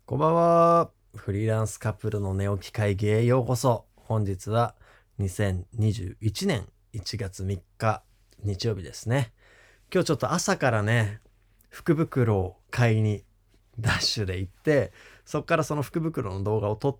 こんばんは。フリーランスカップルの寝起き会議へようこそ。本日は2021年1月3日日曜日ですね。今日ちょっと朝からね、福袋を買いにダッシュで行って、そっからその福袋の動画を撮って、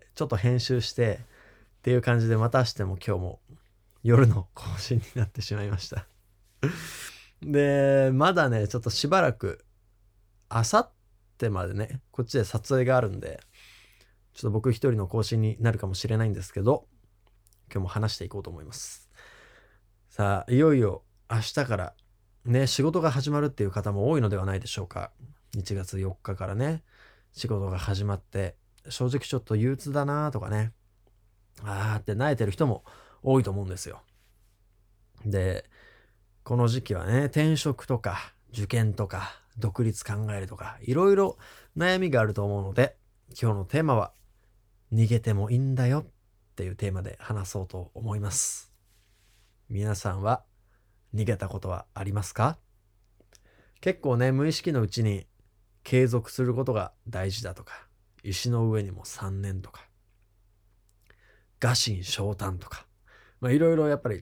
ちょっと編集してっていう感じでまたしても今日も夜の更新になってしまいました。で、まだね、ちょっとしばらくあさってまでね、こっちで撮影があるんで、ちょっと僕一人の更新になるかもしれないんですけど、今日も話していこうと思います。さあ、いよいよ明日からね、仕事が始まるっていう方も多いのではないでしょうか。1月4日からね、仕事が始まって、正直ちょっと憂鬱だなとかね、あーって萎えてる人も多いと思うんですよ。で、この時期はね、転職とか受験とか独立考えるとか、いろいろ悩みがあると思うので、今日のテーマは、逃げてもいいんだよっていうテーマで話そうと思います。皆さんは逃げたことはありますか？結構ね、無意識のうちに継続することが大事だとか、石の上にも3年とか、臥薪嘗胆とか、いろいろやっぱり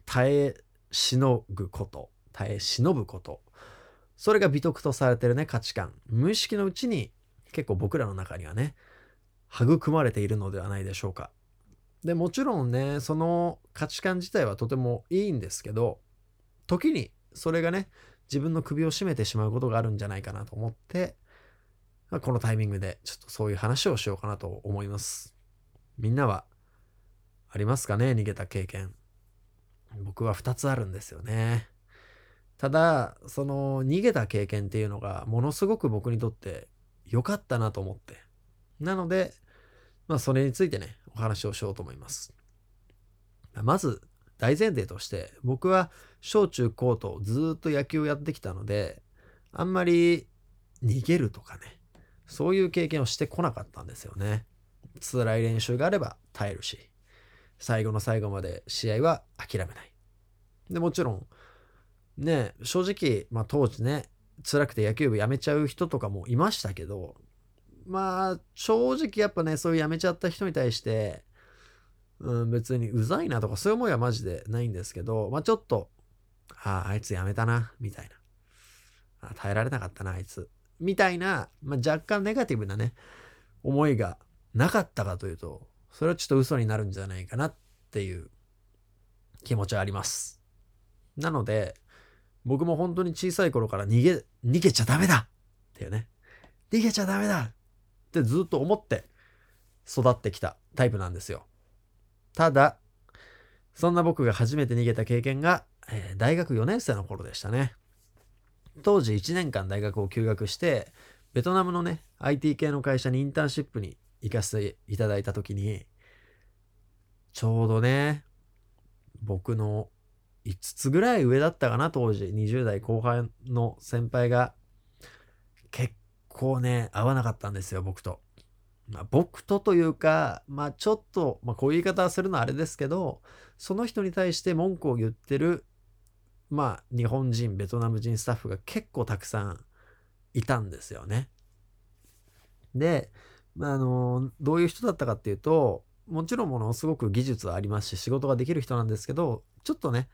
耐え忍ぶこと、それが美徳とされてるね、価値観。無意識のうちに結構僕らの中にはね、育まれているのではないでしょうか。で、もちろんね、その価値観自体はとてもいいんですけど、時にそれがね、自分の首を絞めてしまうことがあるんじゃないかなと思って、このタイミングでちょっとそういう話をしようかなと思います。みんなはありますかね、逃げた経験。僕は2つあるんですよね。ただ、その逃げた経験っていうのがものすごく僕にとって良かったなと思って。なので、それについてね、お話をしようと思います。まず、大前提として、僕は小中高とずっと野球をやってきたので、あんまり逃げるとかね、そういう経験をしてこなかったんですよね。辛い練習があれば耐えるし、最後の最後まで試合は諦めない。で、もちろん、ね、正直、当時ね、辛くて野球部辞めちゃう人とかもいましたけど、正直やっぱね、そういう辞めちゃった人に対して、別にうざいなとかそういう思いはマジでないんですけど、ちょっと、あいつやめたな、みたいな。耐えられなかったな、あいつ。みたいな、若干ネガティブなね、思いがなかったかというと、それはちょっと嘘になるんじゃないかなっていう気持ちはあります。なので、僕も本当に小さい頃から逃げちゃダメだっていうね、逃げちゃダメだってずっと思って育ってきたタイプなんですよ。ただ、そんな僕が初めて逃げた経験が、大学4年生の頃でしたね。当時1年間大学を休学して、ベトナムのね、IT 系の会社にインターンシップに行かせていただいた時に、ちょうどね、僕の5つぐらい上だったかな、当時。20代後半の先輩が、結構ね、合わなかったんですよ、僕と。僕とというか、ちょっと、こういう言い方するのはあれですけど、その人に対して文句を言ってる日本人、ベトナム人スタッフが結構たくさんいたんですよね。で、どういう人だったかっていうと、もちろんものすごく技術はありますし、仕事ができる人なんですけど、ちょっとね、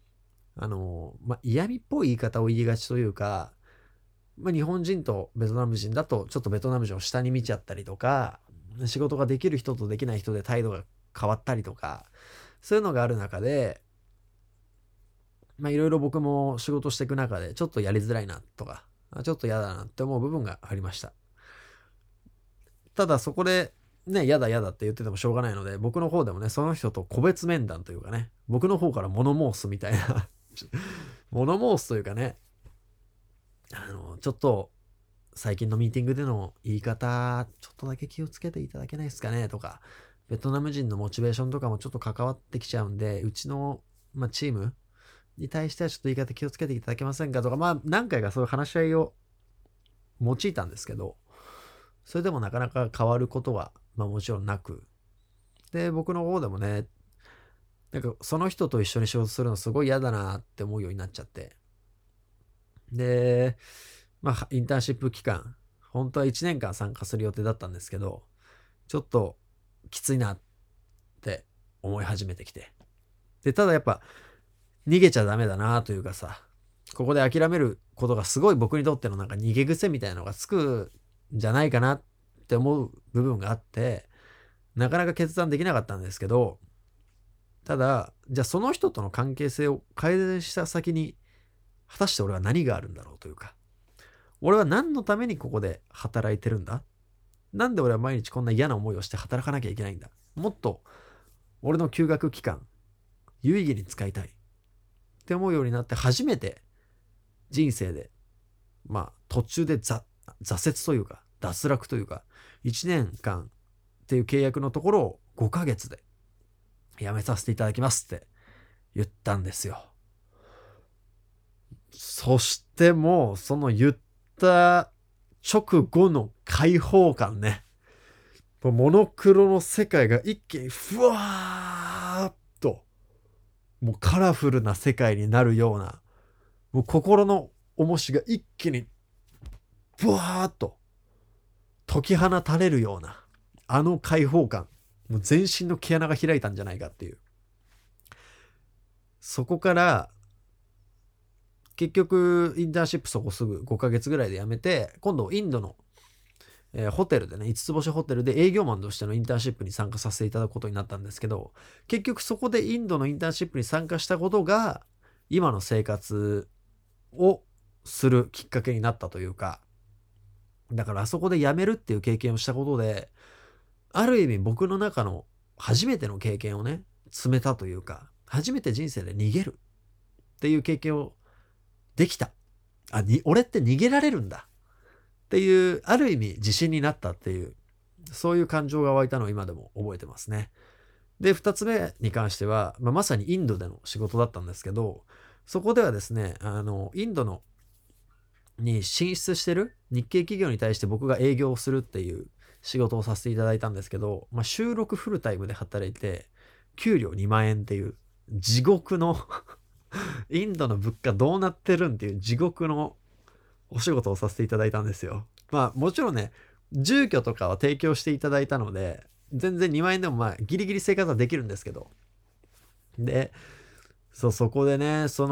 嫌味っぽい言い方を言いがちというか、日本人とベトナム人だと、ちょっとベトナム人を下に見ちゃったりとか、仕事ができる人とできない人で態度が変わったりとか、そういうのがある中で、いろいろ僕も仕事していく中で、ちょっとやりづらいなとか、ちょっと嫌だなって思う部分がありました。ただそこで、ね、嫌だって言っててもしょうがないので、僕の方でもね、その人と個別面談というかね、僕の方から物申すみたいな物申すというかね、ちょっと、最近のミーティングでの言い方、ちょっとだけ気をつけていただけないですかねとか、ベトナム人のモチベーションとかもちょっと関わってきちゃうんで、うちの、チームに対してはちょっと言い方気をつけていただけませんかとか、何回かそういう話し合いを用いたんですけど、それでもなかなか変わることは、もちろんなく、で、僕の方でもね、なんかその人と一緒に仕事するのすごい嫌だなって思うようになっちゃって、で、インターンシップ期間、 本当は1年間参加する予定だったんですけど、ちょっときついなって思い始めてきて。で、ただやっぱ逃げちゃダメだなというかさ、ここで諦めることがすごい僕にとってのなんか逃げ癖みたいなのがつくんじゃないかなって思う部分があって、なかなか決断できなかったんですけど、ただ、じゃあその人との関係性を改善した先に、果たして俺は何があるんだろうというか、俺は何のためにここで働いてるんだ？なんで俺は毎日こんな嫌な思いをして働かなきゃいけないんだ？もっと俺の休学期間、有意義に使いたいって思うようになって初めて人生で、途中で挫折というか脱落というか1年間っていう契約のところを5ヶ月で辞めさせていただきますって言ったんですよ。そしてもうその言った直後の解放感ね。モノクロの世界が一気にふわーっともうカラフルな世界になるような、もう心の重しが一気にブワーっと解き放たれるようなあの解放感、もう全身の毛穴が開いたんじゃないかっていう。そこから結局インターンシップそこすぐ5ヶ月ぐらいで辞めて、今度インドの、ホテルでね、5つ星ホテルで営業マンとしてのインターンシップに参加させていただくことになったんですけど、結局そこでインドのインターンシップに参加したことが今の生活をするきっかけになったというか、だからあそこで辞めるっていう経験をしたことで、ある意味僕の中の初めての経験をね、積めたというか、初めて人生で逃げるっていう経験をできた。俺って逃げられるんだっていう、ある意味自信になったっていう、そういう感情が湧いたのを今でも覚えてますね。で、二つ目に関しては、まさにインドでの仕事だったんですけど、そこではですね、インドのに進出してる日系企業に対して僕が営業をするっていう仕事をさせていただいたんですけど、週6フルタイムで働いて、給料2万円っていう地獄のインドの物価どうなってるんっていう地獄のお仕事をさせていただいたんですよ。もちろんね、住居とかは提供していただいたので、全然2万円でもギリギリ生活はできるんですけど。で、そこでね、日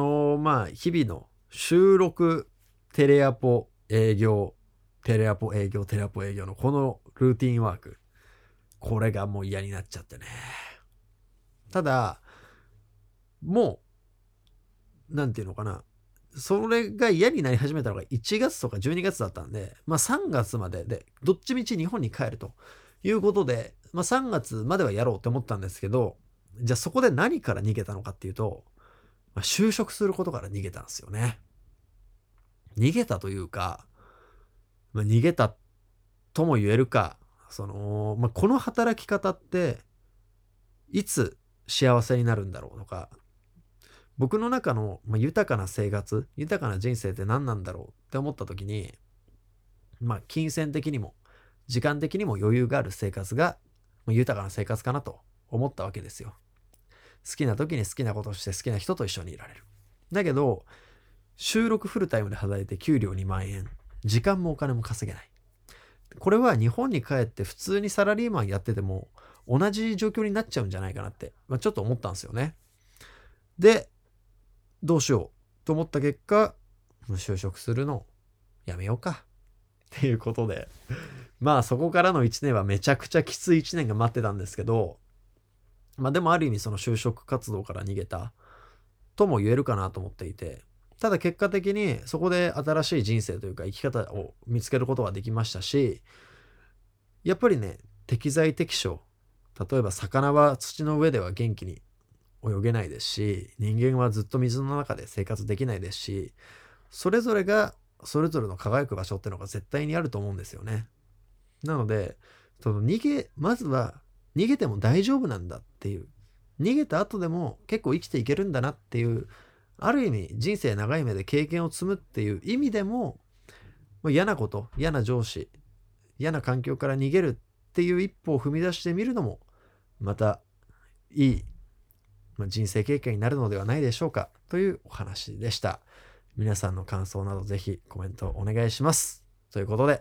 々の収録、テレアポ営業、テレアポ営業、テレアポ営業のこのルーティンワーク。これがもう嫌になっちゃってね。ただ、もう、なんていうのかな。それが嫌になり始めたのが1月とか12月だったんで、3月までで、どっちみち日本に帰るということで、3月まではやろうって思ったんですけど、じゃあそこで何から逃げたのかっていうと、就職することから逃げたんですよね。逃げたというか、逃げたとも言えるか、この働き方っていつ幸せになるんだろうとか、僕の中の豊かな生活、豊かな人生って何なんだろうって思った時に、金銭的にも時間的にも余裕がある生活が豊かな生活かなと思ったわけですよ。好きな時に好きなことをして好きな人と一緒にいられる。だけど、週6フルタイムで働いて給料2万円、時間もお金も稼げない。これは日本に帰って普通にサラリーマンやってても同じ状況になっちゃうんじゃないかなって、ちょっと思ったんですよね。で、どうしようと思った結果、就職するのやめようかっていうことで、そこからの1年はめちゃくちゃきつい1年が待ってたんですけど、でもある意味その就職活動から逃げたとも言えるかなと思っていて、ただ結果的にそこで新しい人生というか生き方を見つけることができましたし、やっぱりね、適材適所、例えば魚は土の上では元気に泳げないですし、人間はずっと水の中で生活できないですし、それぞれがそれぞれの輝く場所っていうのが絶対にあると思うんですよね。なので、まずは逃げても大丈夫なんだっていう、逃げた後でも結構生きていけるんだなっていう、ある意味人生長い目で経験を積むっていう意味でも、嫌なこと、嫌な上司、嫌な環境から逃げるっていう一歩を踏み出してみるのも、またいい、人生経験になるのではないでしょうかというお話でした。皆さんの感想などぜひコメントお願いします。ということで、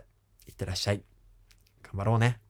いってらっしゃい。頑張ろうね。